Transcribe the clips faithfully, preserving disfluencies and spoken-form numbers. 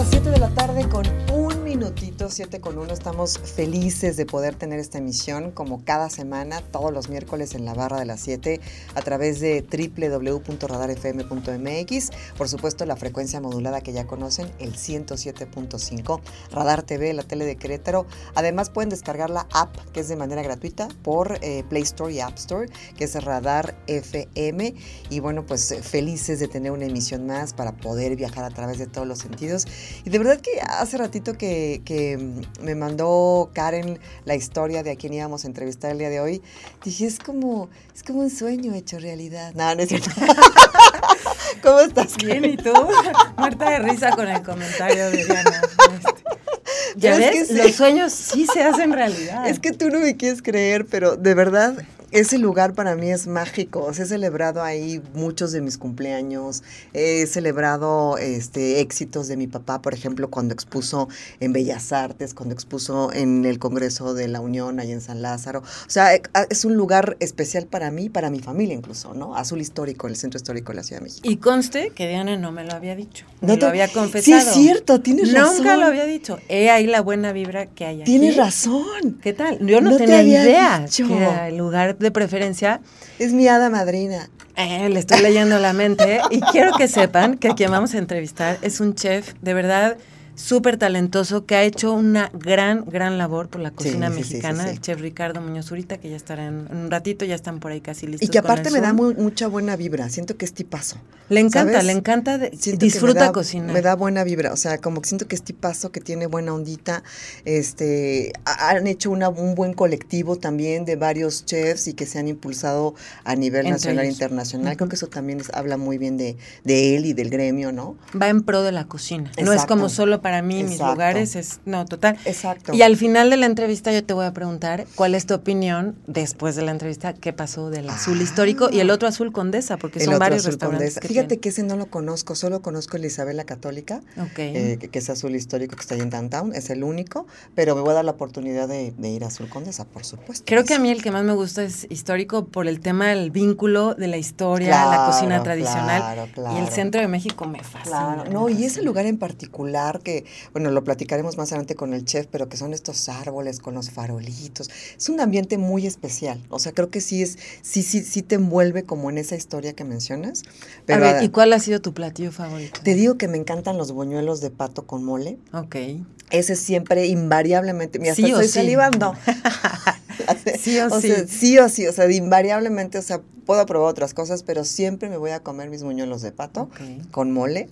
siete de la tarde con un minutito, siete con uno. Estamos felices de poder tener esta emisión como cada semana, todos los miércoles en la barra de las siete, a través de doble u doble u doble u punto radar f m punto m x. Por supuesto, la frecuencia modulada que ya conocen, el ciento siete punto cinco. Radar T V, la tele de Querétaro. Además, pueden descargar la app, que es de manera gratuita, por eh, Play Store y App Store, que es Radar F M. Y bueno, pues felices de tener una emisión más para poder viajar a través de todos los sentidos. Y de verdad que hace ratito que, que me mandó Karen la historia de a quien íbamos a entrevistar el día de hoy, dije, es como, es como un sueño hecho realidad. No, no es cierto. ¿Cómo estás? Bien, ¿y tú? Muerta de risa con el comentario de Diana. Este. ¿Ya pero ves? Es que los sí. sueños sí se hacen realidad. Es que tú no me quieres creer, pero de verdad ese lugar para mí es mágico. O sea, he celebrado ahí muchos de mis cumpleaños, he celebrado este, éxitos de mi papá, por ejemplo, cuando expuso en Bellas Artes, cuando expuso en el Congreso de la Unión, ahí en San Lázaro. O sea, es un lugar especial para mí, para mi familia incluso, ¿no? Azul Histórico, el Centro Histórico de la Ciudad de México. Y conste que Diana no me lo había dicho, no me te... lo había confesado. Sí, es cierto, tienes Nunca razón. Nunca lo había dicho. He ahí la buena vibra que hay aquí. Tienes razón. ¿Qué tal? Yo no, no tenía idea dicho. que era el lugar de preferencia. Es mi hada madrina. Eh, le estoy leyendo la mente y quiero que sepan que a quien vamos a entrevistar es un chef de verdad súper talentoso que ha hecho una gran, gran labor por la cocina sí, sí, mexicana, sí, sí, sí. el chef Ricardo Muñoz Zurita, que ya estará en, en un ratito, ya están por ahí casi listos. Y que aparte con me el da Zoom. muy, mucha buena vibra, siento que es tipazo. Le encanta, ¿sabes? le encanta, de, Siento disfruta me da, cocinar. Me da buena vibra, o sea, como que siento que es tipazo, que tiene buena ondita. Este, han hecho una, un buen colectivo también de varios chefs y que se han impulsado a nivel Entre nacional e ellos. internacional. Uh-huh. Creo que eso también es, habla muy bien de, de él y del gremio, ¿no? Va en pro de la cocina. Exacto. No es como solo para mí, Exacto. mis lugares, es, no, total. Exacto. Y al final de la entrevista yo te voy a preguntar cuál es tu opinión después de la entrevista, qué pasó del azul ah, histórico y el otro azul Condesa, porque son varios restaurantes. Que Fíjate tienen. que ese no lo conozco, solo conozco el Isabel la Católica, okay. eh, que, que es azul histórico, que está ahí en Downtown, es el único, pero me voy a dar la oportunidad de, de ir a Azul Condesa, por supuesto. Creo que que sí. a mí el que más me gusta es histórico por el tema del vínculo de la historia, claro, la cocina tradicional, claro, claro. y el centro de México me fascina. Claro, no, me y fascina. ese lugar en particular que, bueno, lo platicaremos más adelante con el chef, pero que son estos árboles con los farolitos, es un ambiente muy especial, o sea, creo que sí es, sí, sí, sí te envuelve como en esa historia que mencionas. Pero a ver, ¿y cuál ha sido tu platillo favorito? Te digo que me encantan los buñuelos de pato con mole. Ok. Ese siempre, invariablemente, mira, sí hasta estoy sí. salivando. sí o, o sí. Sea, sí o sí, o sea, invariablemente, o sea, puedo probar otras cosas, pero siempre me voy a comer mis buñuelos de pato okay. con mole.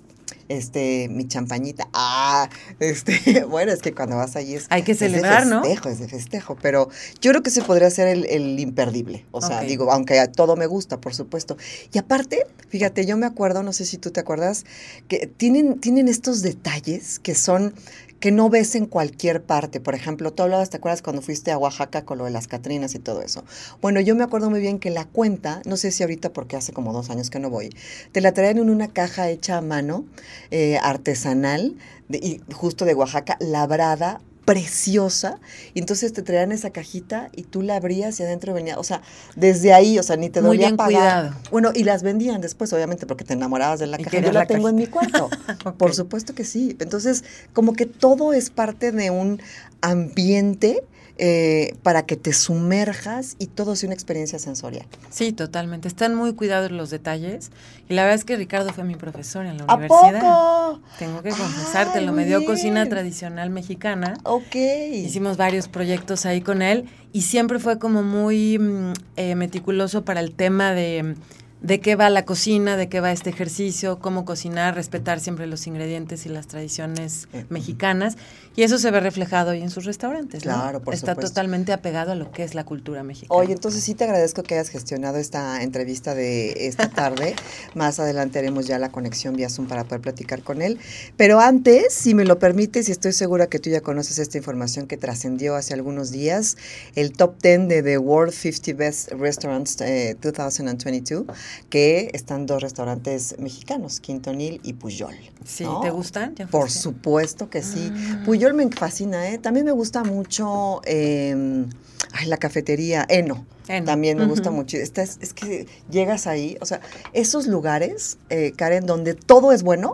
Este, mi champañita, ah, este, bueno, es que cuando vas allí es... Hay que celebrar, es de ¿no? festejo, es de festejo, pero yo creo que ese podría ser el, el imperdible, o sea, okay. digo, aunque a todo me gusta, por supuesto. Y aparte, fíjate, yo me acuerdo, no sé si tú te acuerdas, que tienen, tienen estos detalles que son... que no ves en cualquier parte. Por ejemplo, tú hablabas, ¿te acuerdas cuando fuiste a Oaxaca con lo de las Catrinas y todo eso? Bueno, yo me acuerdo muy bien que la cuenta, no sé si ahorita porque hace como dos años que no voy, te la traen en una caja hecha a mano, eh, artesanal, de, y justo de Oaxaca, labrada, preciosa, y entonces te traían esa cajita y tú la abrías y adentro venía, o sea, desde ahí, o sea, ni te Muy dolía bien pagar. Cuidado. Bueno, y las vendían después, obviamente, porque te enamorabas de la y caja. Yo la, la tengo cajita. en mi cuarto. okay. Por supuesto que sí. Entonces, como que todo es parte de un ambiente eh, para que te sumerjas y todo sea una experiencia sensorial. Sí, totalmente. Están muy cuidados los detalles. Y la verdad es que Ricardo fue mi profesor en la ¿A universidad. poco? Tengo que confesártelo. Me dio cocina tradicional mexicana. Ok. Hicimos varios proyectos ahí con él y siempre fue como muy eh, meticuloso para el tema de... de qué va la cocina, de qué va este ejercicio, cómo cocinar, respetar siempre los ingredientes y las tradiciones uh-huh. mexicanas. Y eso se ve reflejado hoy en sus restaurantes, ¿no? Claro, por Está supuesto. totalmente apegado a lo que es la cultura mexicana. Oye, entonces sí te agradezco que hayas gestionado esta entrevista de esta tarde. Más adelante haremos ya la conexión vía Zoom para poder platicar con él. Pero antes, si me lo permites, y estoy segura que tú ya conoces esta información que trascendió hace algunos días, el top diez de The World cincuenta Best Restaurants eh, dos mil veintidós, que están dos restaurantes mexicanos, Quintonil y Pujol. Sí, ¿no? ¿te gustan? ¿Ya Por supuesto que sí. Ah. Pujol me fascina, ¿eh? También me gusta mucho eh, ay, la cafetería Eno. Eno. También me uh-huh. gusta mucho. Esta es, es que llegas ahí, o sea, esos lugares, eh, Karen, donde todo es bueno,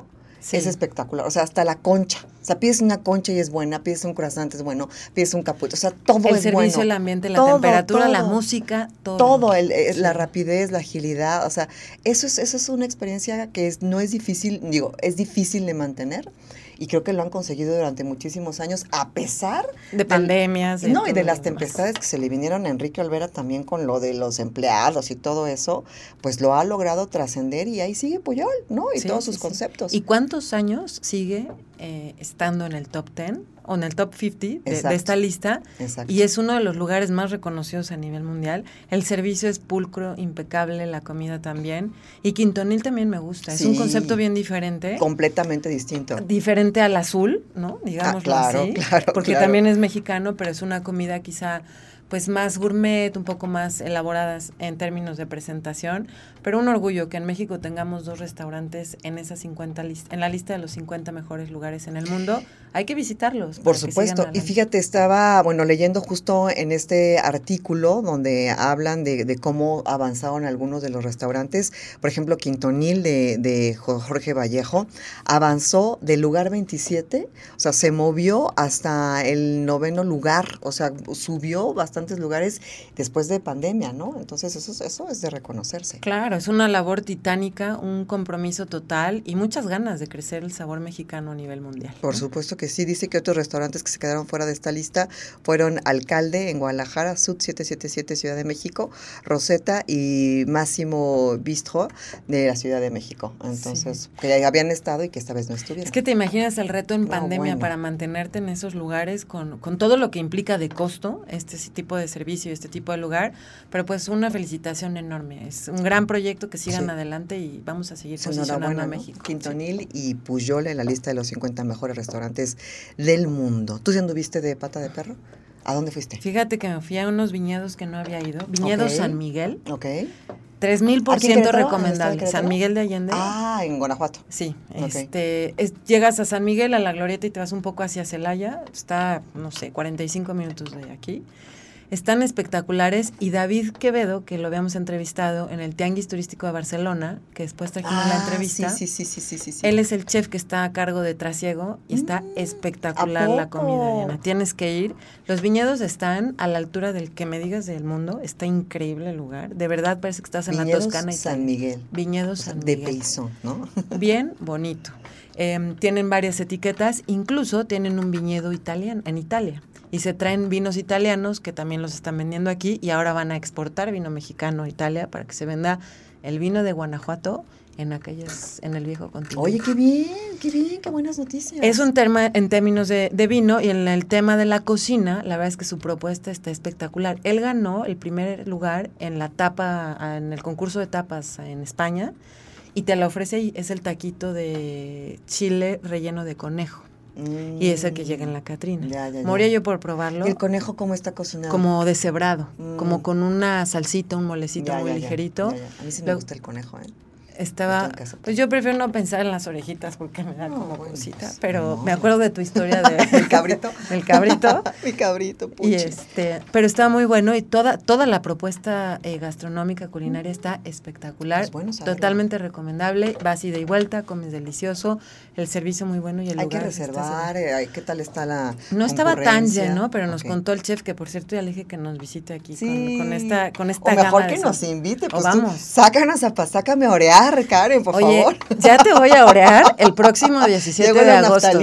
sí. es espectacular. O sea, hasta la concha. O sea, pides una concha y es buena, pides un croissant es bueno, pides un capucho. O sea, todo el es servicio, bueno. El servicio, la todo, temperatura, todo, la música, todo. Todo, el, el, sí. la rapidez, la agilidad. O sea, eso es, eso es una experiencia que es, no es difícil, digo, es difícil de mantener. Y creo que lo han conseguido durante muchísimos años, a pesar de pandemias. De, no, y de las tempestades que se le vinieron a Enrique Olvera también con lo de los empleados y todo eso, pues lo ha logrado trascender y ahí sigue Pujol, ¿no? Y sí, todos sus sí, conceptos. Sí. ¿Y cuántos años sigue eh, estando en el top ten o en el top cincuenta de, de esta lista? Exacto. Y es uno de los lugares más reconocidos a nivel mundial. El servicio es pulcro, impecable, la comida también. Y Quintonil también me gusta. Sí, es un concepto bien diferente. Completamente distinto. Diferente al azul, ¿no? Digámoslo ah, claro, así. Claro, porque claro. también es mexicano, pero es una comida quizá pues más gourmet, un poco más elaboradas en términos de presentación, pero un orgullo que en México tengamos dos restaurantes en esas cincuenta list- en la lista de los cincuenta mejores lugares en el mundo. Hay que visitarlos. Por supuesto. Y fíjate, estaba, bueno, leyendo justo en este artículo donde hablan de, de cómo avanzaron algunos de los restaurantes. Por ejemplo, Quintonil de, de Jorge Vallejo avanzó del lugar veintisiete, o sea, se movió hasta el noveno lugar, o sea, subió bastante lugares después de pandemia, ¿no? Entonces eso, eso es de reconocerse. Claro, es una labor titánica, un compromiso total y muchas ganas de crecer el sabor mexicano a nivel mundial. Por ¿no? supuesto que sí. Dice que otros restaurantes que se quedaron fuera de esta lista fueron Alcalde en Guadalajara, Sud setecientos setenta y siete Ciudad de México, Rosetta y Máximo Bistro de la Ciudad de México. Entonces, sí. que ya habían estado y que esta vez no estuvieron. Es que te imaginas el reto en no, pandemia bueno. para mantenerte en esos lugares con, con todo lo que implica de costo, este tipo de servicio, este tipo de lugar, pero pues una felicitación enorme. Es un gran proyecto, que sigan sí. adelante y vamos a seguir posicionando a México. ¿no? Quintonil sí. y Pujol en la lista de los cincuenta mejores restaurantes del mundo. ¿Tú ya anduviste de pata de perro? ¿A dónde fuiste? Fíjate que me fui a unos viñedos que no había ido. Viñedos okay. San Miguel. Ok. Tres mil por ciento recomendable. San Miguel de Allende. Ah, en Guanajuato. Sí. Okay. Este, es, llegas a San Miguel, a la Glorieta, y te vas un poco hacia Celaya. Está, no sé, cuarenta y cinco minutos de aquí. Están espectaculares, y David Quevedo, que lo habíamos entrevistado en el Tianguis Turístico de Barcelona, que después trajimos ah, la entrevista. Sí, sí, sí, sí, sí, sí. Él es el chef que está a cargo de Trasiego y está mm, espectacular la comida, Diana. Tienes que ir. Los viñedos están a la altura del que me digas del mundo. Está increíble el lugar. De verdad parece que estás en Viñedos la Toscana. San y Miguel. Viñedos o sea, San de Miguel. De Peizón, ¿no? Bien bonito. Eh, tienen varias etiquetas, incluso tienen un viñedo italiano en Italia. Y se traen vinos italianos que también los están vendiendo aquí, y ahora van a exportar vino mexicano a Italia para que se venda el vino de Guanajuato en aquellas, en el viejo continente. Oye, qué bien, qué bien, qué buenas noticias. Es un tema en términos de, de vino, y en el tema de la cocina, la verdad es que su propuesta está espectacular. Él ganó el primer lugar en la tapa, en el concurso de tapas en España, y te la ofrece y es el taquito de chile relleno de conejo. Mm. Y es el que llega en la Catrina. Ya, ya, ya. Moría yo por probarlo. ¿Y el conejo cómo está cocinado? Como deshebrado, mm. como con una salsita, un molecito ya, muy ya, ligerito. Ya, ya. A mí sí me Luego, gusta el conejo, ¿eh? Estaba, pues yo prefiero no pensar en las orejitas porque me da no, como bueno, cosita, pues, pero no. me acuerdo de tu historia de el cabrito, el cabrito, mi cabrito, puchi. Y este, pero está muy bueno, y toda toda la propuesta eh, gastronómica culinaria está espectacular, es bueno totalmente recomendable. Vas ida y vuelta, comes delicioso, el servicio muy bueno y el hay lugar. Hay que reservar, eh, ¿qué tal está la No estaba tan lleno, pero nos okay. contó el chef que, por cierto, ya le dije que nos visite aquí sí. con, con esta con esta o mejor gama que de nos invite, pues o vamos. Tú, sácanos a pa, sácame a orear. Karen, por Oye, favor. Ya te voy a orear el próximo diecisiete de agosto.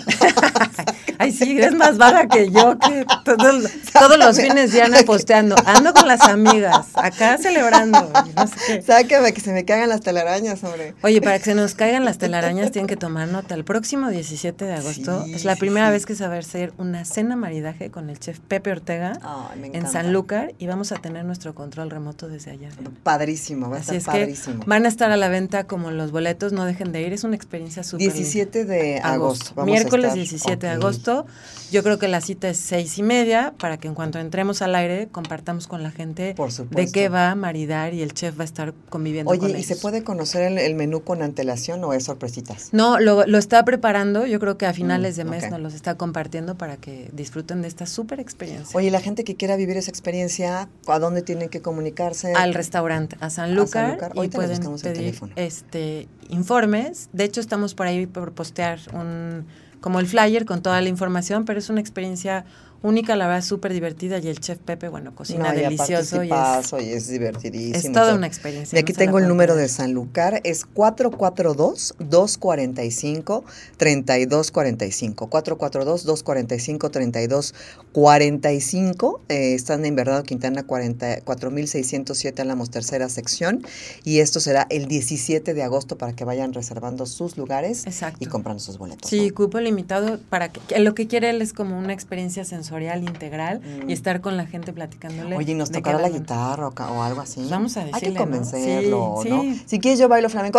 Ay, sí, eres más baja que yo, que todos, todos los fines de Ana posteando. Ando con las amigas, acá celebrando. No sé qué. Sácame, que se me caigan las telarañas, hombre. Oye, para que se nos caigan las telarañas tienen que tomar nota. El próximo diecisiete de agosto sí, es la primera sí, vez que se va a hacer una cena maridaje con el chef Pepe Ortega Ay, en Sanlúcar, y vamos a tener nuestro control remoto desde allá. Padrísimo, va a Así estar es padrísimo. Que van a estar a la venta como los boletos, no dejen de ir, es una experiencia súper diecisiete de agosto. Vamos Miércoles diecisiete okay. de agosto. eso. Yo creo que la cita es seis y media para que en cuanto entremos al aire compartamos con la gente Por supuesto. de qué va a maridar y el chef va a estar conviviendo Oye, con ¿y ellos. se puede conocer el, el menú con antelación o es sorpresitas? No, lo, lo está preparando, yo creo que a finales Mm, de mes ok. nos los está compartiendo para que disfruten de esta súper experiencia. Oye, la gente que quiera vivir esa experiencia, ¿a dónde tienen que comunicarse? Al restaurante, a Sanlúcar, Sanlúcar. y Ahorita les pueden buscamos el pedir teléfono. este informes. De hecho, estamos por ahí por postear un como el flyer con toda la información, pero es una experiencia única, la verdad, súper divertida, y el chef Pepe, bueno, cocina No, y delicioso y es, paso, y es divertidísimo. es toda todo. una experiencia. Y aquí no se la tengo el pueden número perder. de Sanlúcar, es cuatro cuatro dos, dos cuatro cinco, tres dos cuatro cinco, cuatro cuatro dos, dos cuatro cinco, tres dos cuatro cinco, eh, están en Bernardo Quintana cuarenta, cuatro mil seiscientos siete, Álamos, tercera sección, y esto será el diecisiete de agosto para que vayan reservando sus lugares Exacto. y comprando sus boletos. Sí, ¿no? cupo limitado para que, que lo que quiere él es como una experiencia sensorial integral Mm. y estar con la gente platicándole. Oye, ¿y nos de tocará qué la van. guitarra o, ca- o algo así? Pues vamos a Hay decirle, que ¿no? convencerlo, Sí, ¿no? sí. Si quieres yo bailo flamenco.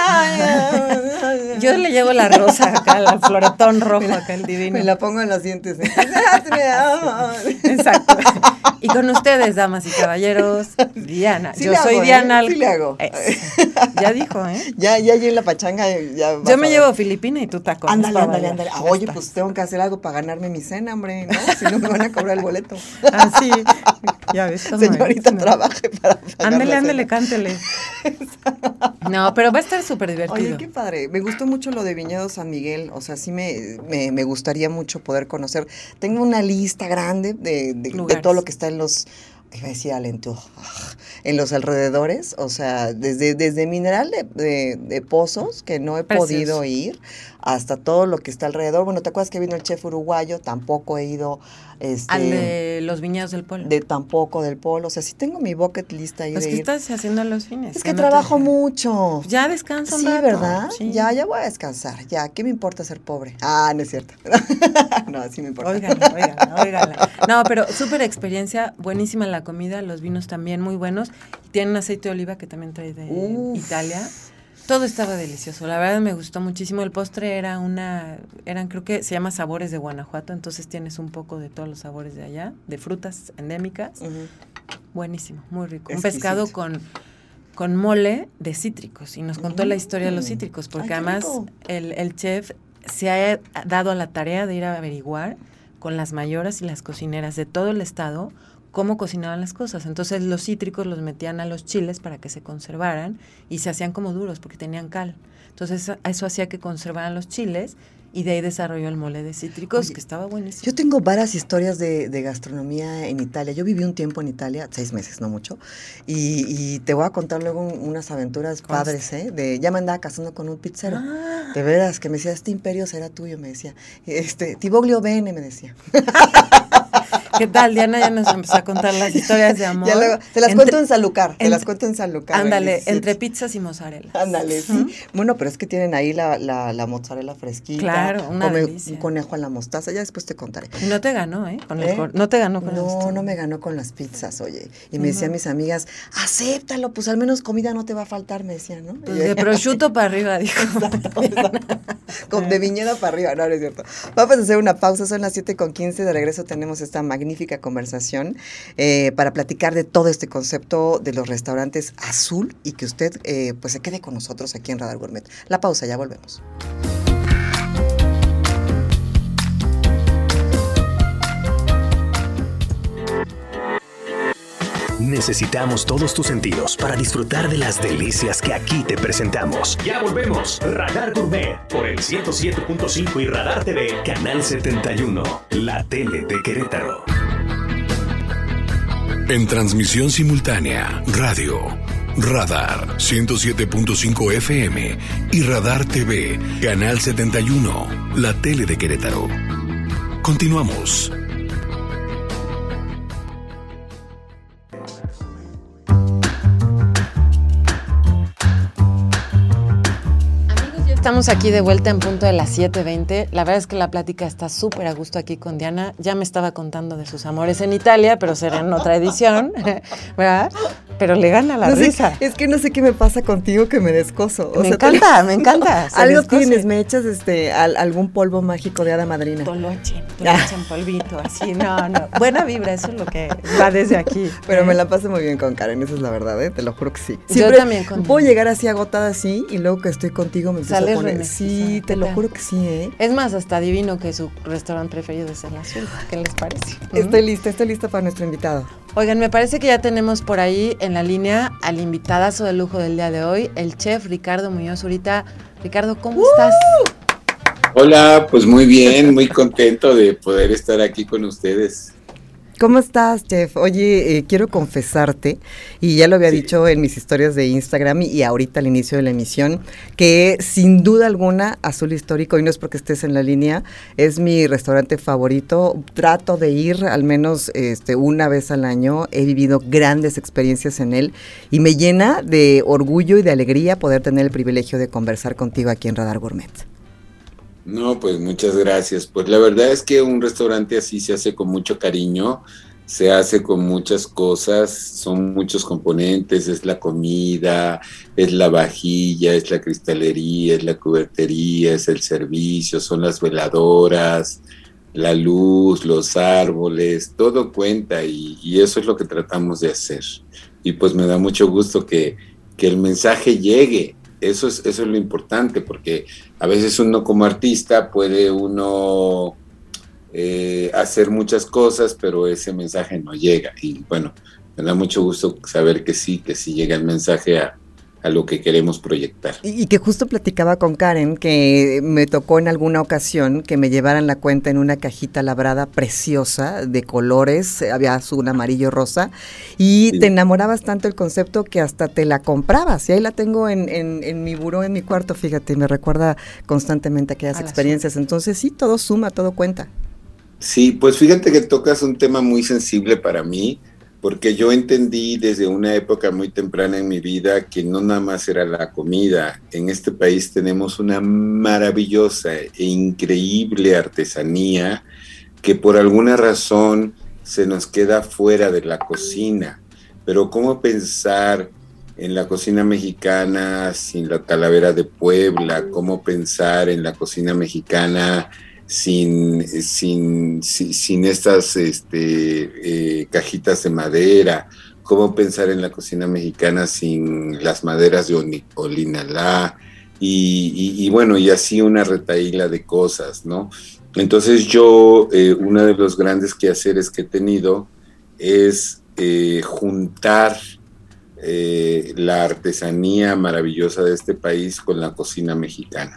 Yo le llevo la rosa acá, el floretón rojo acá, el divino. Me la pongo en los dientes. ¿eh? Exacto. Y con ustedes, damas y caballeros, Diana. Sí Yo le soy hago, ¿eh? Diana. Sí le hago. Eso. Ya dijo, ¿eh? Ya, ya allí en la pachanga. Ya vas Yo a me ver. llevo Filipina y tú tacones. Ándale, para ándale, bailar. ándale. Ah, Ya oye, está. pues tengo que hacer algo para ganarme mi cena, hombre, ¿no? Si no me van a cobrar el boleto. Así, ya ves cómo Señorita, es, ¿no? trabaje para pagar Ándale, la ándale, cena. cántele. No, pero va a estar súper divertido. Oye, qué padre. Me gustó mucho lo de Viñedo San Miguel. O sea, sí me, me, me gustaría mucho poder conocer. Tengo una lista grande de, de, de Lugares. todo lo que está en los, iba a decir Alento, en los alrededores. O sea, desde, desde Mineral de, de, de Pozos, que no he Precioso. podido ir, hasta todo lo que está alrededor. Bueno, ¿te acuerdas que vino el chef uruguayo? Tampoco he ido. Este, Al de los viñedos del Polo. de tampoco del Polo. O sea, sí tengo mi bucket list ahí Pues de que ir. estás haciendo los fines. Es que no te- trabajo mucho. Ya descansa un Sí, rato. ¿verdad? Sí. Ya, ya voy a descansar. Ya, ¿qué me importa ser pobre? Ah, no es cierto. No, sí me importa. Óiganla, óiganla, óiganla. No, pero súper experiencia, buenísima la comida, los vinos también muy buenos. Tienen aceite de oliva que también trae de Uf. Italia. Todo estaba delicioso, la verdad me gustó muchísimo. El postre era una, eran creo que se llama Sabores de Guanajuato, entonces tienes un poco de todos los sabores de allá, de frutas endémicas. Ujú. Buenísimo, muy rico. Un Exquisito. pescado con, con mole de cítricos y nos contó la historia de los Mm. cítricos, porque Ay, qué además rico. el, el chef se ha dado a la tarea de ir a averiguar con las mayoras y las cocineras de todo el estado cómo cocinaban las cosas. Entonces los cítricos los metían a los chiles para que se conservaran y se hacían como duros porque tenían cal. Entonces eso hacía que conservaran los chiles y de ahí desarrolló el mole de cítricos, Oye, que estaba buenísimo. Yo tengo varias historias de, de gastronomía en Italia. Yo viví un tiempo en Italia, seis meses, no mucho, y, y te voy a contar luego un- unas aventuras Conste. padres, ¿eh? De, ya me andaba casando con un pizzero. Ah. De veras, que me decía, este imperio será tuyo, me decía. Este, Tiboglio Bene, me decía. ¿Qué tal? Diana ya nos empezó a contar las historias de amor. Ya luego, te las Entre- cuento en Sanlúcar, te en- las cuento en Sanlúcar. Ándale, diecisiete. entre pizzas y mozzarella. Ándale, sí. Bueno, pero es que tienen ahí la, la, la mozzarella fresquita. Claro, una come delicia. un conejo a la mostaza, ya después te contaré. Y no te ganó, ¿eh? Con el ¿Eh? cor- no te ganó con No, el no me ganó con las pizzas, oye. Y me No. decían mis amigas, acéptalo, pues al menos comida no te va a faltar, me decían, ¿no? Pues Y yo, de prosciutto para arriba, dijo. con de viñedo para arriba, no, no es cierto. Vamos a hacer una pausa, son las siete con quince, de regreso tenemos esta magnífica conversación eh, para platicar de todo este concepto de los restaurantes azul y que usted eh, pues se quede con nosotros aquí en Radar Gourmet. La pausa, ya volvemos. Necesitamos todos tus sentidos para disfrutar de las delicias que aquí te presentamos. Ya volvemos. Radar Gourmet por el ciento siete punto cinco y Radar T V, Canal setenta y uno, la tele de Querétaro. En transmisión simultánea, radio, Radar ciento siete punto cinco F M y Radar T V, Canal setenta y uno, la tele de Querétaro. Continuamos. Amigos, ya Estamos aquí de vuelta en punto de las siete veinte. La verdad es que la plática está súper a gusto aquí con Diana. Ya me estaba contando de sus amores en Italia, pero será en otra edición, ¿verdad? Pero le gana la no sé, risa. Es que no sé qué me pasa contigo que me descoso. O me sea, encanta, te... me encanta. Algo descose. Tienes, me echas este, al, algún polvo mágico de hada madrina. Toloche, toloche en polvito, así, no, no. Buena vibra, eso es lo que va desde aquí. Pero ¿eh? Me la paso muy bien con Karen, esa es la verdad, ¿eh? Te lo juro que sí. Siempre yo también con puedo llegar así agotada así y luego que estoy contigo me empiezo a poner. Sí, te lo juro que sí, ¿eh? Es más, hasta adivino que su restaurante preferido es el Azul. ¿Qué les parece? Estoy ¿Mm? lista, estoy lista para nuestro invitado. Oigan, me parece que ya tenemos por ahí en la línea al invitadazo de lujo del día de hoy, el chef Ricardo Muñoz Zurita. Ricardo, ¿cómo ¡Uh! estás? Hola, pues muy bien, muy contento de poder estar aquí con ustedes. ¿Cómo estás, chef? Oye, eh, quiero confesarte, y ya lo había sí. dicho en mis historias de Instagram y, y ahorita al inicio de la emisión, que sin duda alguna Azul Histórico, y no es porque estés en la línea, es mi restaurante favorito. Trato de ir al menos este, una vez al año, he vivido grandes experiencias en él y me llena de orgullo y de alegría poder tener el privilegio de conversar contigo aquí en Radar Gourmet. No, pues muchas gracias. Pues la verdad es que un restaurante así se hace con mucho cariño, se hace con muchas cosas, son muchos componentes, es la comida, es la vajilla, es la cristalería, es la cubertería, es el servicio, son las veladoras, la luz, los árboles, todo cuenta y, y eso es lo que tratamos de hacer. Y pues me da mucho gusto que, que el mensaje llegue. Eso es, eso es lo importante, porque a veces uno como artista puede uno eh, hacer muchas cosas, pero ese mensaje no llega. Y bueno, me da mucho gusto saber que sí, que sí llega el mensaje a, a lo que queremos proyectar. Y, y que justo platicaba con Karen, que me tocó en alguna ocasión que me llevaran la cuenta en una cajita labrada preciosa, de colores, había azul, amarillo, rosa, y sí. te enamorabas tanto el concepto que hasta te la comprabas, y ahí la tengo en, en, en mi buró, en mi cuarto, fíjate, me recuerda constantemente aquellas experiencias, entonces sí, todo suma, todo cuenta. Sí, pues fíjate que tocas un tema muy sensible para mí, porque yo entendí desde una época muy temprana en mi vida que no nada más era la comida. En este país tenemos una maravillosa e increíble artesanía que por alguna razón se nos queda fuera de la cocina. Pero ¿cómo pensar en la cocina mexicana sin la calavera de Puebla? ¿Cómo pensar en la cocina mexicana Sin, sin, sin, sin estas este, eh, cajitas de madera? ¿Cómo pensar en la cocina mexicana sin las maderas de Olinalá? Y, y, y bueno, y así una retahíla de cosas, ¿no? Entonces yo, eh, uno de los grandes quehaceres que he tenido es eh, juntar eh, la artesanía maravillosa de este país con la cocina mexicana.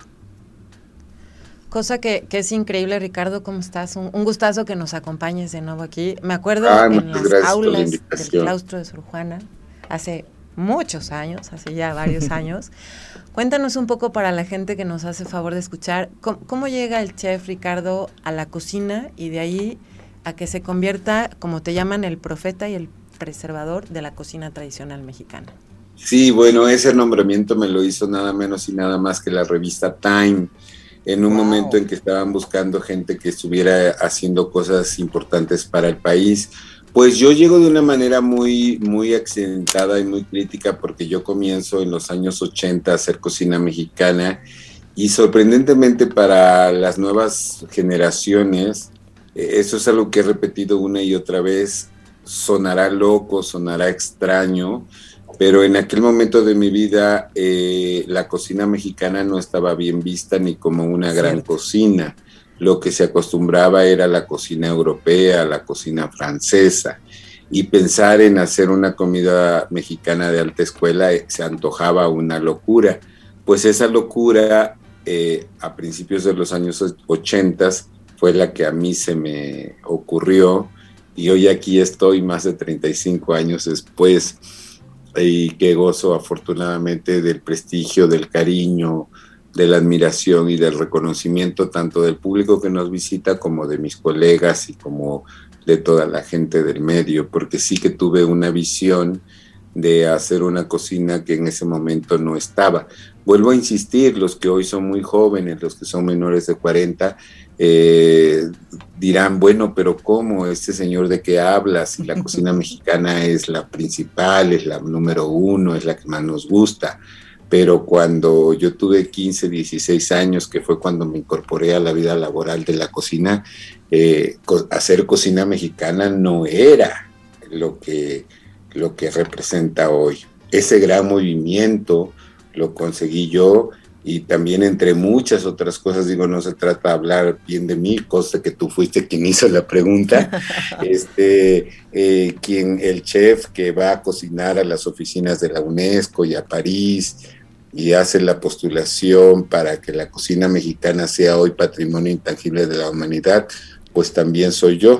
Cosa que, que es increíble, Ricardo, ¿cómo estás? Un, un gustazo que nos acompañes de nuevo aquí. Me acuerdo ah, en las aulas del claustro de Sor Juana, hace muchos años, hace ya varios años. Cuéntanos un poco para la gente que nos hace favor de escuchar, ¿cómo, cómo llega el chef Ricardo a la cocina y de ahí a que se convierta, como te llaman, el profeta y el preservador de la cocina tradicional mexicana? Sí, bueno, ese nombramiento me lo hizo nada menos y nada más que la revista Time, en un wow. momento en que estaban buscando gente que estuviera haciendo cosas importantes para el país. Pues yo llego de una manera muy, muy accidentada y muy crítica, porque yo comienzo en los años ochenta a hacer cocina mexicana, y sorprendentemente para las nuevas generaciones, eh, eso es algo que he repetido una y otra vez, sonará loco, sonará extraño, pero en aquel momento de mi vida eh, la cocina mexicana no estaba bien vista ni como una gran Cierto. cocina. Lo que se acostumbraba era la cocina europea, la cocina francesa, y pensar en hacer una comida mexicana de alta escuela eh, se antojaba una locura. Pues esa locura eh, a principios de los años ochenta fue la que a mí se me ocurrió, y hoy aquí estoy más de treinta y cinco años después, y que gozo afortunadamente del prestigio, del cariño, de la admiración y del reconocimiento tanto del público que nos visita como de mis colegas y como de toda la gente del medio, porque sí que tuve una visión de hacer una cocina que en ese momento no estaba. Vuelvo a insistir, los que hoy son muy jóvenes, los que son menores de cuarenta, eh, dirán, bueno, pero ¿cómo? Este señor de qué habla, si la cocina mexicana es la principal, es la número uno, es la que más nos gusta. Pero cuando yo tuve quince, dieciséis años, que fue cuando me incorporé a la vida laboral de la cocina, eh, co- hacer cocina mexicana no era lo que, lo que representa hoy. Ese gran movimiento lo conseguí yo, y también entre muchas otras cosas, digo, no se trata de hablar bien de mí, cosa que tú fuiste quien hizo la pregunta, este, eh, quien, el chef que va a cocinar a las oficinas de la UNESCO y a París, y hace la postulación para que la cocina mexicana sea hoy patrimonio intangible de la humanidad, pues también soy yo,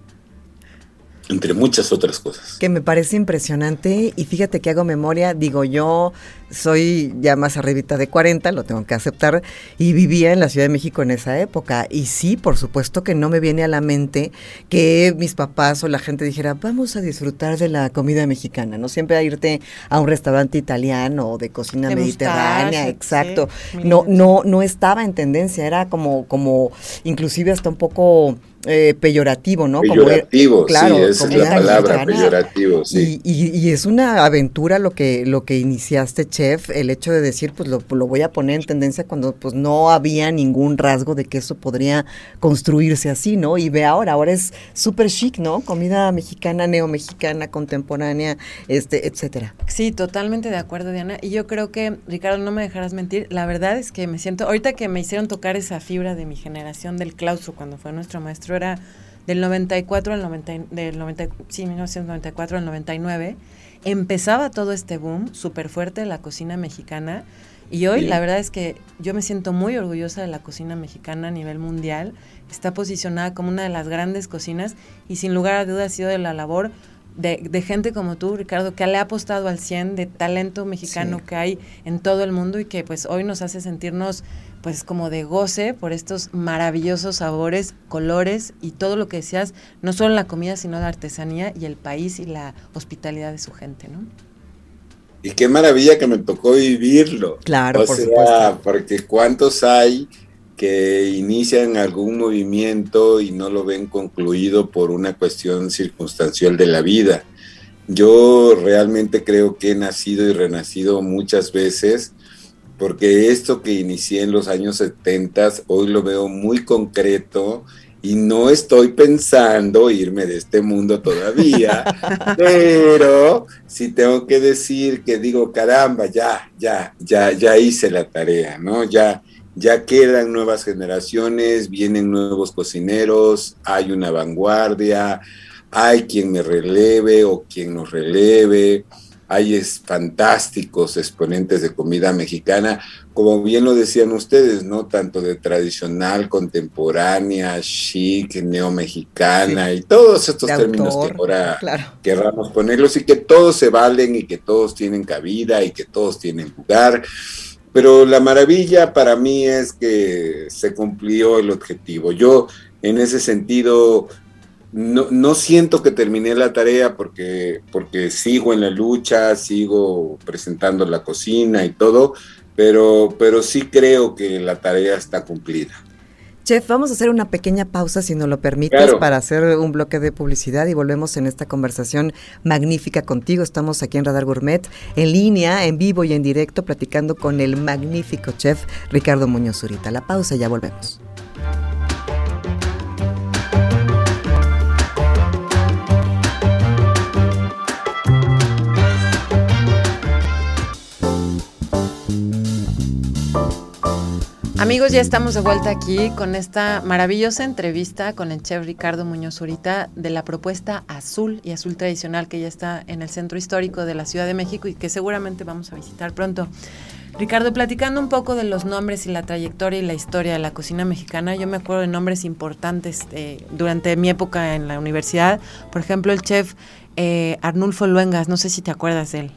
entre muchas otras cosas. Que me parece impresionante, y fíjate que hago memoria, digo, yo soy ya más arribita de cuarenta, lo tengo que aceptar, y vivía en la Ciudad de México en esa época, y sí, por supuesto que no me viene a la mente que mis papás o la gente dijera, vamos a disfrutar de la comida mexicana, no siempre a irte a un restaurante italiano o de cocina De mediterránea, mostaza, exacto, sí, no, no, no estaba en tendencia, era como, como, inclusive hasta un poco eh, peyorativo, ¿no? Peyorativo, como, claro, sí, esa es la palabra, peyorativo, sí. Y, y, y es una aventura lo que, lo que iniciaste, chef, el hecho de decir, pues lo, lo voy a poner en tendencia cuando pues no había ningún rasgo de que eso podría construirse así, ¿no? Y ve ahora, ahora es súper chic, ¿no? Comida mexicana, neomexicana, contemporánea, este, etcétera. Sí, totalmente de acuerdo, Diana. Y yo creo que, Ricardo, no me dejarás mentir, la verdad es que me siento, ahorita que me hicieron tocar esa fibra de mi generación del claustro cuando fue nuestro maestro, era del noventa y cuatro al noventa, del noventa, sí, mil novecientos noventa y cuatro al noventa y nueve, empezaba todo este boom súper fuerte de la cocina mexicana, y hoy sí, la verdad es que yo me siento muy orgullosa de la cocina mexicana a nivel mundial. Está posicionada como una de las grandes cocinas, y sin lugar a dudas ha sido de la labor de, de gente como tú, Ricardo, que le ha apostado al cien, de talento mexicano sí, que hay en todo el mundo, y que pues hoy nos hace sentirnos pues como de goce por estos maravillosos sabores, colores y todo lo que decías, no solo la comida, sino la artesanía y el país y la hospitalidad de su gente, ¿no? Y qué maravilla que me tocó vivirlo. Claro, o por sea, supuesto. Porque cuántos hay que inician algún movimiento y no lo ven concluido por una cuestión circunstancial de la vida. Yo realmente creo que he nacido y renacido muchas veces, porque esto que inicié en los años setenta, hoy lo veo muy concreto, y no estoy pensando irme de este mundo todavía, pero sí tengo que decir que digo, caramba, ya, ya, ya, ya hice la tarea, ¿no? Ya, ya quedan nuevas generaciones, vienen nuevos cocineros, hay una vanguardia, hay quien me releve o quien nos releve. Hay es, fantásticos exponentes de comida mexicana, como bien lo decían ustedes, ¿no? Tanto de tradicional, contemporánea, chic, neomexicana, sí, y todos estos de términos autor, que ahora claro, querramos ponerlos, y que todos se valen y que todos tienen cabida y que todos tienen lugar. Pero la maravilla para mí es que se cumplió el objetivo. Yo, en ese sentido, No, no siento que terminé la tarea porque, porque sigo en la lucha, sigo presentando la cocina y todo, pero, pero sí creo que la tarea está cumplida. Chef, vamos a hacer una pequeña pausa, si nos lo permites, claro, para hacer un bloque de publicidad, y volvemos en esta conversación magnífica contigo. Estamos aquí en Radar Gourmet, en línea, en vivo y en directo, platicando con el magnífico chef Ricardo Muñoz Zurita. La pausa, ya volvemos. Amigos, ya estamos de vuelta aquí con esta maravillosa entrevista con el chef Ricardo Muñoz Zurita de la propuesta Azul y Azul Tradicional, que ya está en el Centro Histórico de la Ciudad de México y que seguramente vamos a visitar pronto. Ricardo, platicando un poco de los nombres y la trayectoria y la historia de la cocina mexicana, yo me acuerdo de nombres importantes eh, durante mi época en la universidad. Por ejemplo, el chef eh, Arnulfo Luengas, no sé si te acuerdas de él.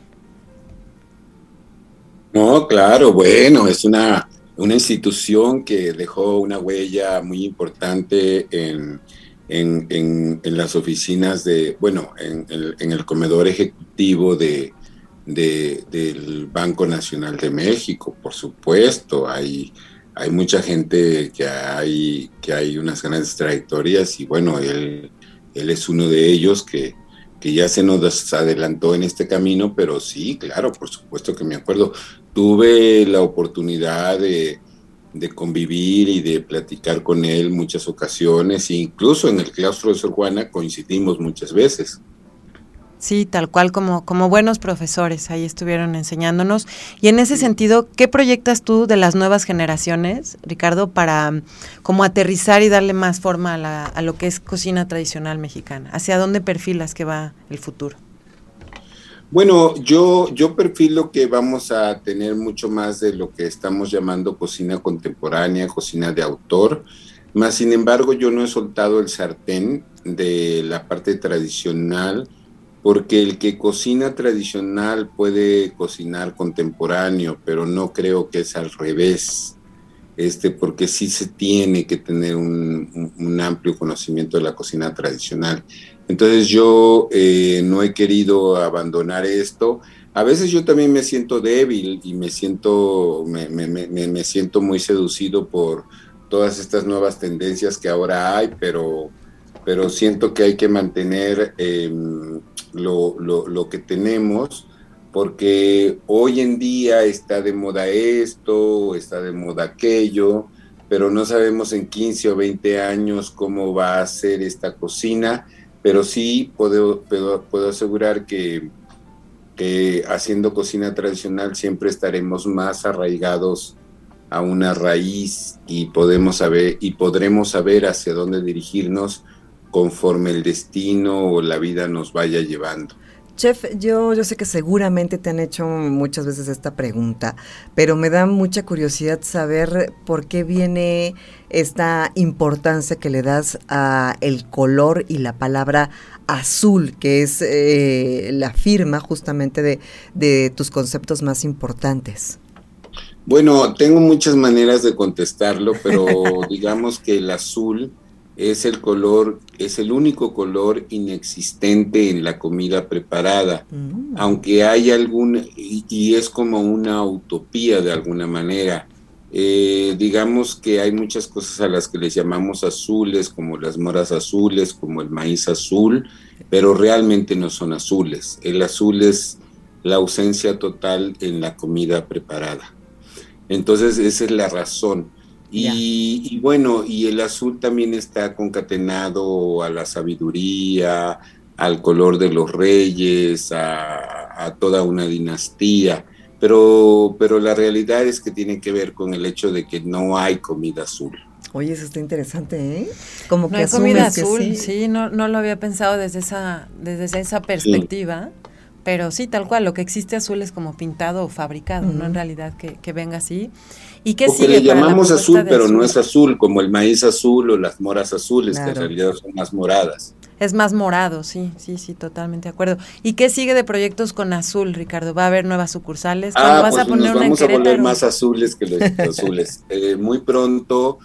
No, claro, bueno, es una... una institución que dejó una huella muy importante en, en, en, en las oficinas de, bueno, en, en, en el comedor ejecutivo de, de, del Banco Nacional de México, por supuesto. Hay, hay mucha gente que hay, que hay unas grandes trayectorias y bueno, él, él es uno de ellos que, que ya se nos adelantó en este camino, pero sí, claro, por supuesto que me acuerdo. Tuve la oportunidad de, de convivir y de platicar con él muchas ocasiones, e incluso en el claustro de Sor Juana coincidimos muchas veces. Sí, tal cual, como, como buenos profesores, ahí estuvieron enseñándonos. Y en ese sentido, ¿qué proyectas tú de las nuevas generaciones, Ricardo, para como aterrizar y darle más forma a, la, a lo que es cocina tradicional mexicana? ¿Hacia dónde perfilas que va el futuro? Bueno, yo, yo perfilo que vamos a tener mucho más de lo que estamos llamando cocina contemporánea, cocina de autor, más sin embargo yo no he soltado el sartén de la parte tradicional, porque el que cocina tradicional puede cocinar contemporáneo, pero no creo que es al revés, este, porque sí se tiene que tener un, un, un amplio conocimiento de la cocina tradicional. Entonces yo eh, no he querido abandonar esto. A veces yo también me siento débil y me siento, me, me, me, me siento muy seducido por todas estas nuevas tendencias que ahora hay, pero, pero siento que hay que mantener eh, lo, lo, lo que tenemos, porque hoy en día está de moda esto, está de moda aquello, pero no sabemos en quince o veinte años cómo va a ser esta cocina. Pero sí puedo, puedo, puedo asegurar que, que haciendo cocina tradicional siempre estaremos más arraigados a una raíz y, podemos saber, y podremos saber hacia dónde dirigirnos conforme el destino o la vida nos vaya llevando. Chef, yo, yo sé que seguramente te han hecho muchas veces esta pregunta, pero me da mucha curiosidad saber por qué viene esta importancia que le das a el color y la palabra azul, que es eh, la firma justamente de, de tus conceptos más importantes. Bueno, tengo muchas maneras de contestarlo, pero digamos que el azul es el color, es el único color inexistente en la comida preparada, mm. aunque hay algún, y, y es como una utopía de alguna manera. Eh, digamos que hay muchas cosas a las que les llamamos azules, como las moras azules, como el maíz azul, pero realmente no son azules. El azul es la ausencia total en la comida preparada. Entonces esa es la razón. Y, y bueno, y el azul también está concatenado a la sabiduría, al color de los reyes, a, a toda una dinastía, pero, pero la realidad es que tiene que ver con el hecho de que no hay comida azul. Oye, eso está interesante, ¿eh? Como no que hay comida que azul, sí, sí no, no lo había pensado desde esa, desde esa perspectiva, sí. Pero sí, tal cual, lo que existe azul es como pintado o fabricado, uh-huh. no en realidad que, que venga así. ¿Y qué Porque sigue le llamamos azul, pero azul? No es azul, como el maíz azul o las moras azules, claro. que en realidad son más moradas. Es más morado, sí, sí, sí, totalmente de acuerdo. ¿Y qué sigue de proyectos con azul, Ricardo? ¿Va a haber nuevas sucursales? ¿Cuándo Ah, vas pues a poner nos una vamos en a volver Querétaro? más azules que los azules. Eh, muy pronto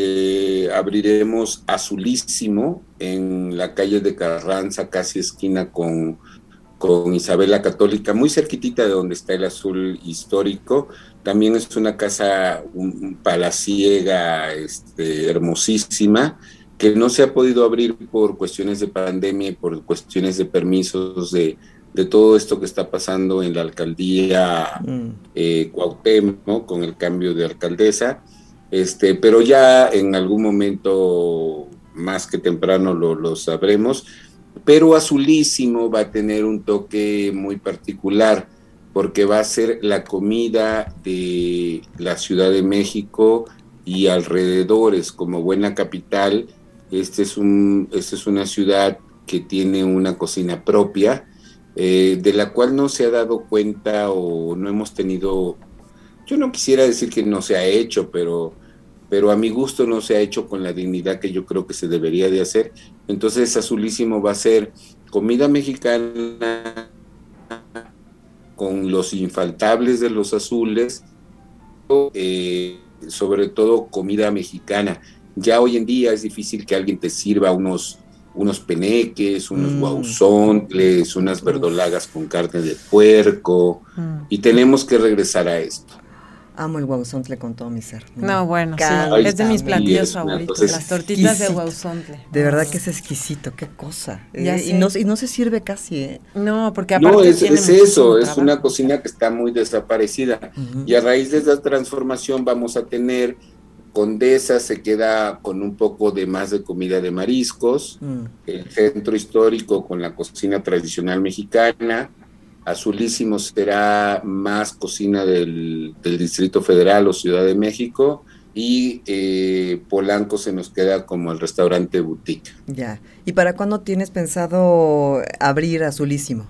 eh, abriremos Azulísimo en la calle de Carranza, casi esquina con... con Isabel la Católica, muy cerquitita de donde está el azul histórico. También es una casa un, un palaciega este, hermosísima, que no se ha podido abrir por cuestiones de pandemia y por cuestiones de permisos de, de todo esto que está pasando en la alcaldía mm. eh, Cuauhtémoc, con el cambio de alcaldesa, este, pero ya en algún momento más que temprano lo, lo sabremos. Pero Azulísimo va a tener un toque muy particular, porque va a ser la comida de la Ciudad de México y alrededores. Como buena capital, este es un, esta es una ciudad que tiene una cocina propia, eh, de la cual no se ha dado cuenta o no hemos tenido, yo no quisiera decir que no se ha hecho, pero... pero a mi gusto no se ha hecho con la dignidad que yo creo que se debería de hacer. Entonces Azulísimo va a ser comida mexicana con los infaltables de los azules, eh, sobre todo comida mexicana. Ya hoy en día es difícil que alguien te sirva unos, unos peneques, unos Mm. guauzontles, unas verdolagas con carne de puerco, Mm. y tenemos que regresar a esto. Amo el guauzontle con todo mi ser. Me No, bueno, sí, encanta. es de mis Sí, platillos es una favoritos, cosa las tortitas de exquisita. guauzontle. De verdad que es exquisito, qué cosa. Ya Eh, sé. y, no, y no se sirve casi, ¿eh? No, porque aparte No, es, tiene es muchísimo eso, es trabajo. una cocina que está muy desaparecida. Ujú. Y a raíz de esta transformación vamos a tener, Condesa se queda con un poco de más de comida de mariscos, Mm. el centro histórico con la cocina tradicional mexicana, Azulísimo será más cocina del, del Distrito Federal o Ciudad de México, y eh, Polanco se nos queda como el restaurante boutique. Ya. ¿Y para cuándo tienes pensado abrir Azulísimo?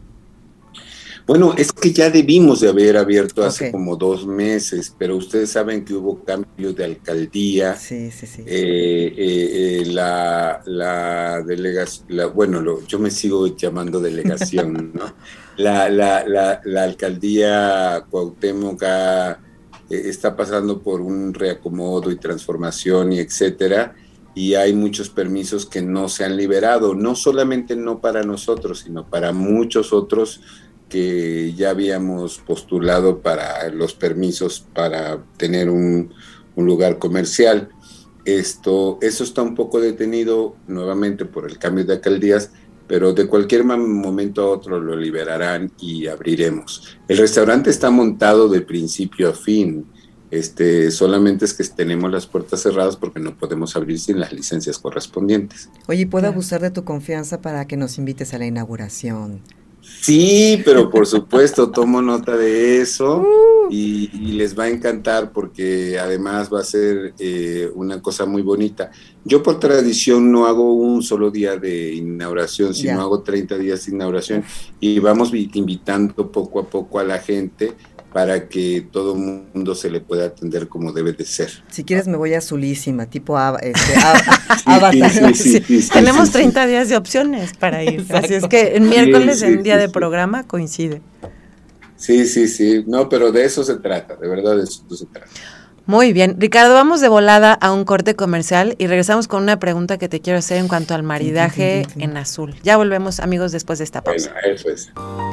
Bueno, es que ya debimos de haber abierto hace Ok. como dos meses, pero ustedes saben que hubo cambios de alcaldía. Sí, sí, sí. Eh, eh, eh, la, la delegación, la, bueno, lo, yo me sigo llamando delegación, ¿no? La, la, la, la alcaldía Cuauhtémoc ha, eh, está pasando por un reacomodo y transformación y etcétera, y hay muchos permisos que no se han liberado, no solamente no para nosotros, sino para muchos otros que ya habíamos postulado para los permisos para tener un, un lugar comercial. Esto, eso está un poco detenido nuevamente por el cambio de alcaldías, pero de cualquier momento a otro lo liberarán y abriremos. El restaurante está montado de principio a fin, este, solamente es que tenemos las puertas cerradas porque no podemos abrir sin las licencias correspondientes. Oye, ¿puedo Claro. abusar de tu confianza para que nos invites a la inauguración? Sí, pero por supuesto tomo nota de eso y, y les va a encantar porque además va a ser eh, una cosa muy bonita. Yo por tradición no hago un solo día de inauguración, sino Ya. hago treinta días de inauguración y vamos vi- invitando poco a poco a la gente para que todo el mundo se le pueda atender como debe de ser. Si quieres me voy a Azulísima, tipo Ava- este, Ava- Avatar. Sí, sí, sí, sí, sí, Tenemos sí, treinta días de opciones para ir. Exacto. Así es que el miércoles, Sí, sí, en día sí, de sí. programa, coincide. Sí, sí, sí. No, pero de eso se trata, de verdad de eso se trata. Muy bien. Ricardo, vamos de volada a un corte comercial y regresamos con una pregunta que te quiero hacer en cuanto al maridaje tin, tin, tin. en azul. Ya volvemos, amigos, después de esta pausa. Bueno, eso es.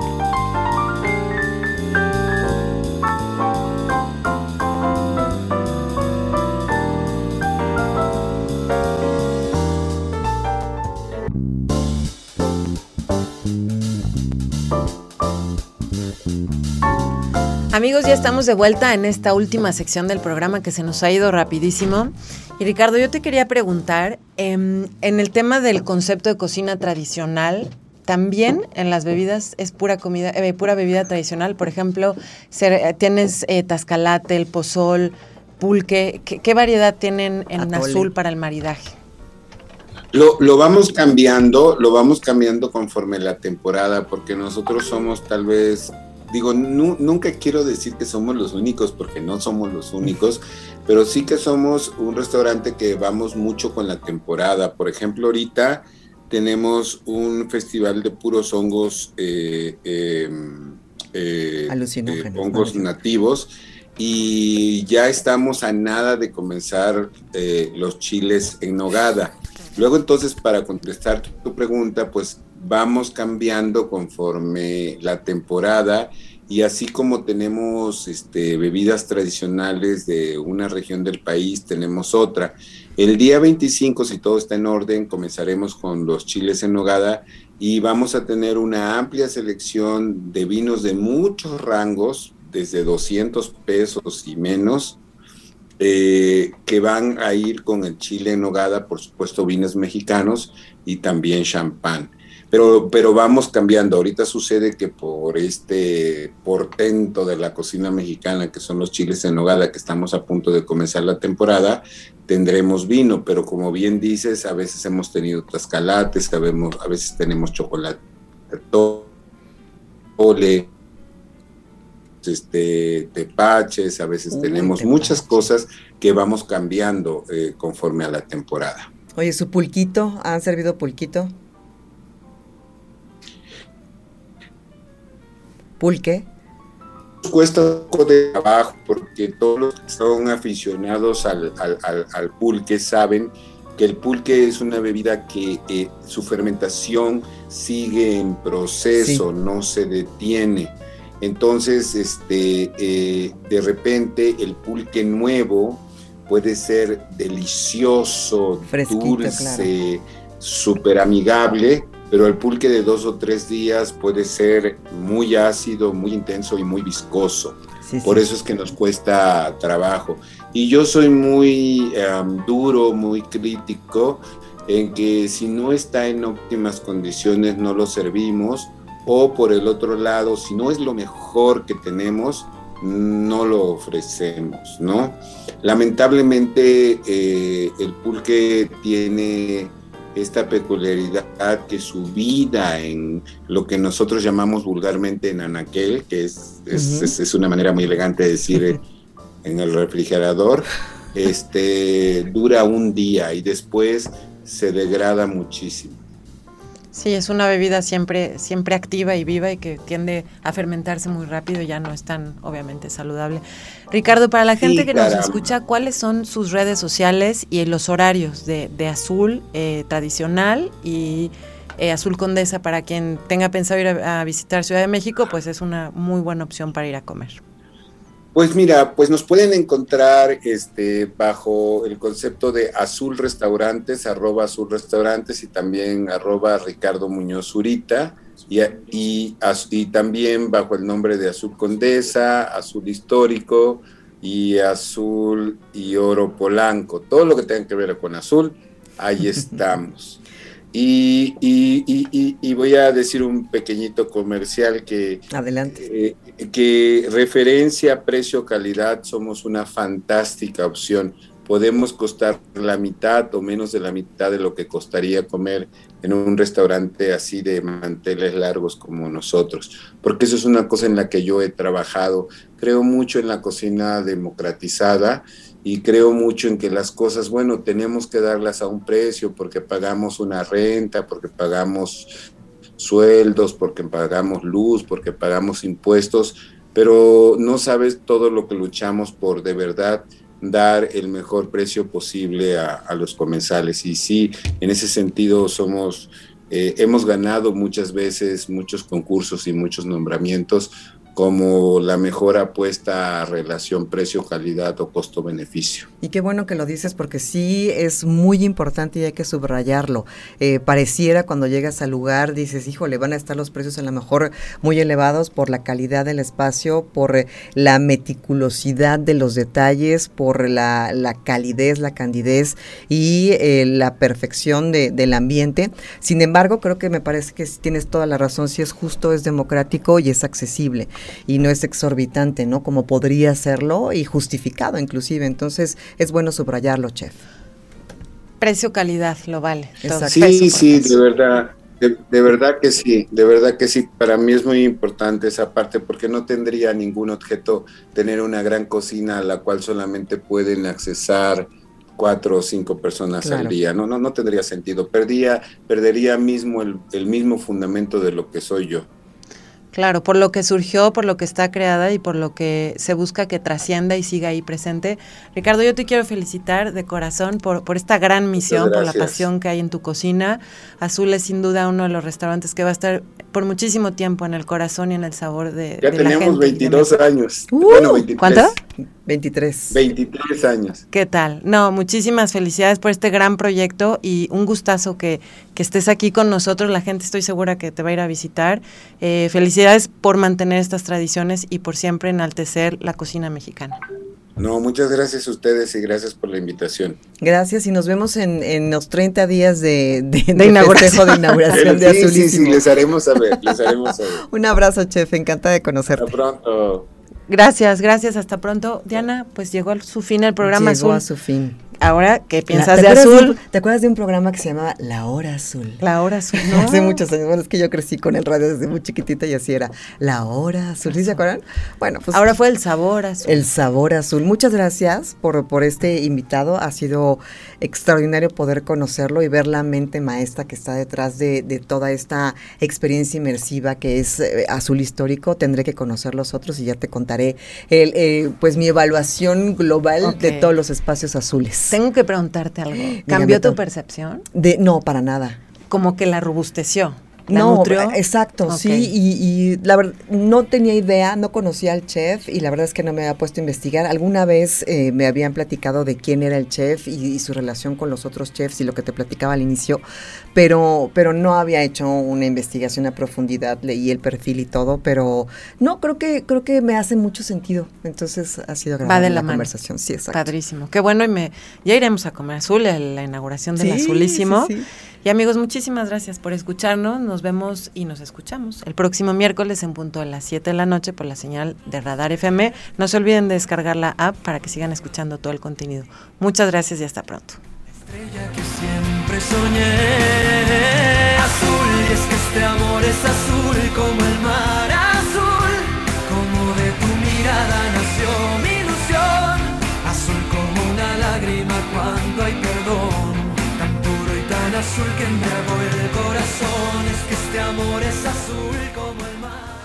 Amigos, ya estamos de vuelta en esta última sección del programa que se nos ha ido rapidísimo. Y Ricardo, yo te quería preguntar, em, en el tema del concepto de cocina tradicional, también en las bebidas es pura comida, eh, pura bebida tradicional. Por ejemplo, ser- eh, tienes eh, tascalate, el pozol, pulque. ¿Qué, qué variedad tienen en Atole. azul para el maridaje? Lo, lo vamos cambiando, lo vamos cambiando conforme la temporada, porque nosotros somos tal vez, digo, nu- nunca quiero decir que somos los únicos, porque no somos los únicos, pero sí que somos un restaurante que vamos mucho con la temporada. Por ejemplo, ahorita tenemos un festival de puros hongos, eh, eh, eh, Alucinógenos, eh, hongos ¿no? nativos, y ya estamos a nada de comenzar eh, los chiles en nogada. Luego, entonces, para contestar tu, tu pregunta, pues vamos cambiando conforme la temporada, y así como tenemos este, bebidas tradicionales de una región del país, tenemos otra. El día veinticinco, si todo está en orden, comenzaremos con los chiles en nogada y vamos a tener una amplia selección de vinos de muchos rangos, desde doscientos pesos y menos, eh, que van a ir con el chile en nogada, por supuesto vinos mexicanos y también champán. Pero, pero vamos cambiando. Ahorita sucede que por este portento de la cocina mexicana, que son los chiles en nogada, que estamos a punto de comenzar la temporada, tendremos vino, pero como bien dices, a veces hemos tenido tascalates, sabemos, a veces tenemos chocolate, tole, este, tepaches, a veces Uy, tenemos tepache. muchas cosas que vamos cambiando eh, conforme a la temporada. Oye, ¿su pulquito? ¿Han servido pulquito? ¿Pulque? Cuesta un poco de trabajo porque todos los que son aficionados al, al, al, al pulque saben que el pulque es una bebida que eh, su fermentación sigue en proceso, sí. no se detiene. Entonces, este, eh, de repente, el pulque nuevo puede ser delicioso, fresquito, dulce, súper claro. amigable, pero el pulque de dos o tres días puede ser muy ácido, muy intenso y muy viscoso. Sí, Por sí. eso es que nos cuesta trabajo. Y yo soy muy um, duro, muy crítico, en que si no está en óptimas condiciones no lo servimos, o por el otro lado, si no es lo mejor que tenemos, no lo ofrecemos, ¿no? Lamentablemente eh, el pulque tiene esta peculiaridad que su vida en lo que nosotros llamamos vulgarmente en anaquel, que es, es, uh-huh. es, es una manera muy elegante de decir en el refrigerador, este, dura un día y después se degrada muchísimo. Sí, es una bebida siempre, siempre activa y viva y que tiende a fermentarse muy rápido y ya no es tan, obviamente, saludable. Ricardo, para la gente sí, que caramba. nos escucha, ¿cuáles son sus redes sociales y los horarios de, de Azul eh, tradicional y eh, Azul Condesa? Para quien tenga pensado ir a, a visitar Ciudad de México, pues es una muy buena opción para ir a comer. Pues mira, pues nos pueden encontrar este, bajo el concepto de Azul Restaurantes, arroba Azul Restaurantes y también arroba Ricardo Muñoz Zurita y, y, y también bajo el nombre de Azul Condesa, Azul Histórico y Azul y Oro Polanco. Todo lo que tenga que ver con azul, ahí estamos. Y, y, y, y, y voy a decir un pequeñito comercial que, Adelante. Eh, que referencia precio-calidad somos una fantástica opción. Podemos costar la mitad o menos de la mitad de lo que costaría comer en un restaurante así de manteles largos como nosotros, porque eso es una cosa en la que yo he trabajado. Creo mucho en la cocina democratizada y creo mucho en que las cosas, bueno, tenemos que darlas a un precio porque pagamos una renta, porque pagamos sueldos, porque pagamos luz, porque pagamos impuestos, pero no sabes todo lo que luchamos por de verdad dar el mejor precio posible a, a los comensales. Y sí, en ese sentido somos, eh, hemos ganado muchas veces muchos concursos y muchos nombramientos como la mejor apuesta a relación precio-calidad o costo-beneficio. Y qué bueno que lo dices porque sí es muy importante y hay que subrayarlo. Eh, pareciera cuando llegas al lugar, dices, híjole, van a estar los precios a lo mejor muy elevados por la calidad del espacio, por la meticulosidad de los detalles, por la, la calidez, la candidez y eh, la perfección de, del ambiente. Sin embargo, creo que me parece que tienes toda la razón, si es justo, es democrático y es accesible. Y no es exorbitante, ¿no? Como podría serlo y justificado inclusive. Entonces es bueno subrayarlo, chef. Precio-calidad lo vale. Exacto. Sí, sí, de verdad, de, de verdad que sí, de verdad que sí. Para mí es muy importante esa parte porque no tendría ningún objeto tener una gran cocina a la cual solamente pueden accesar cuatro o cinco personas claro. al día. No, no, no tendría sentido. Perdía, perdería mismo el, el mismo fundamento de lo que soy yo. Claro, por lo que surgió, por lo que está creada y por lo que se busca que trascienda y siga ahí presente. Ricardo, yo te quiero felicitar de corazón por, por esta gran misión, por la pasión que hay en tu cocina. Azul es sin duda uno de los restaurantes que va a estar por muchísimo tiempo en el corazón y en el sabor de, ya de la gente. Ya tenemos veintidós años. Uh, bueno, veintitrés. ¿Cuánto? veintitrés. veintitrés años. ¿Qué tal? No, muchísimas felicidades por este gran proyecto y un gustazo que, que estés aquí con nosotros. La gente estoy segura que te va a ir a visitar. Eh, felicidades por mantener estas tradiciones y por siempre enaltecer la cocina mexicana. No, muchas gracias a ustedes y gracias por la invitación. Gracias y nos vemos en, en los treinta días de, de, de, de inauguración, de inauguración de sí, Azulísimo. Sí, sí, les haremos saber, les haremos saber. Un abrazo, chef, encantada de conocerte. Hasta pronto. Gracias, gracias, hasta pronto. Diana, pues llegó a su fin el programa Llegó Azul. a su fin. Ahora, ¿qué piensas La, de Azul? De un, ¿Te acuerdas de un programa que se llamaba La Hora Azul? La Hora Azul, ¿no? Hace muchos años, bueno, es que yo crecí con el radio desde muy chiquitita y así era, La Hora Azul, ¿sí se acuerdan? Bueno, pues ahora fue El Sabor Azul. El Sabor Azul. Muchas gracias por, por este invitado, ha sido extraordinario poder conocerlo y ver la mente maestra que está detrás de, de toda esta experiencia inmersiva que es eh, Azul Histórico. Tendré que conocer los otros y ya te contaré el, eh, pues mi evaluación global okay. de todos los espacios azules. Tengo que preguntarte algo. ¿Cambió tu percepción? De, no, para nada. Como que la robusteció. ¿La no, nutrió? Exacto, okay. sí, y, y la verdad, no tenía idea, no conocía al chef y la verdad es que no me había puesto a investigar. Alguna vez eh, me habían platicado de quién era el chef y, y su relación con los otros chefs y lo que te platicaba al inicio, pero, pero no había hecho una investigación a profundidad, leí el perfil y todo, pero no, creo que, creo que me hace mucho sentido, entonces ha sido agradable. Va de la, la mano. Conversación, sí, exacto. Padrísimo, qué bueno, y me ya iremos a comer azul, la inauguración del sí, Azulísimo. Sí, sí. Y amigos, muchísimas gracias por escucharnos. Nos vemos y nos escuchamos el próximo miércoles en punto de las siete de la noche por la señal de Radar F M. No se olviden de descargar la app para que sigan escuchando todo el contenido. Muchas gracias y hasta pronto. Estrella que siempre soñé, azul, y es que este amor es azul como el mar azul, como de tu mirada nació mi ilusión, azul como una lágrima cuando hay perdón. Azul que embriagó el corazón, es que este amor es azul como el mar.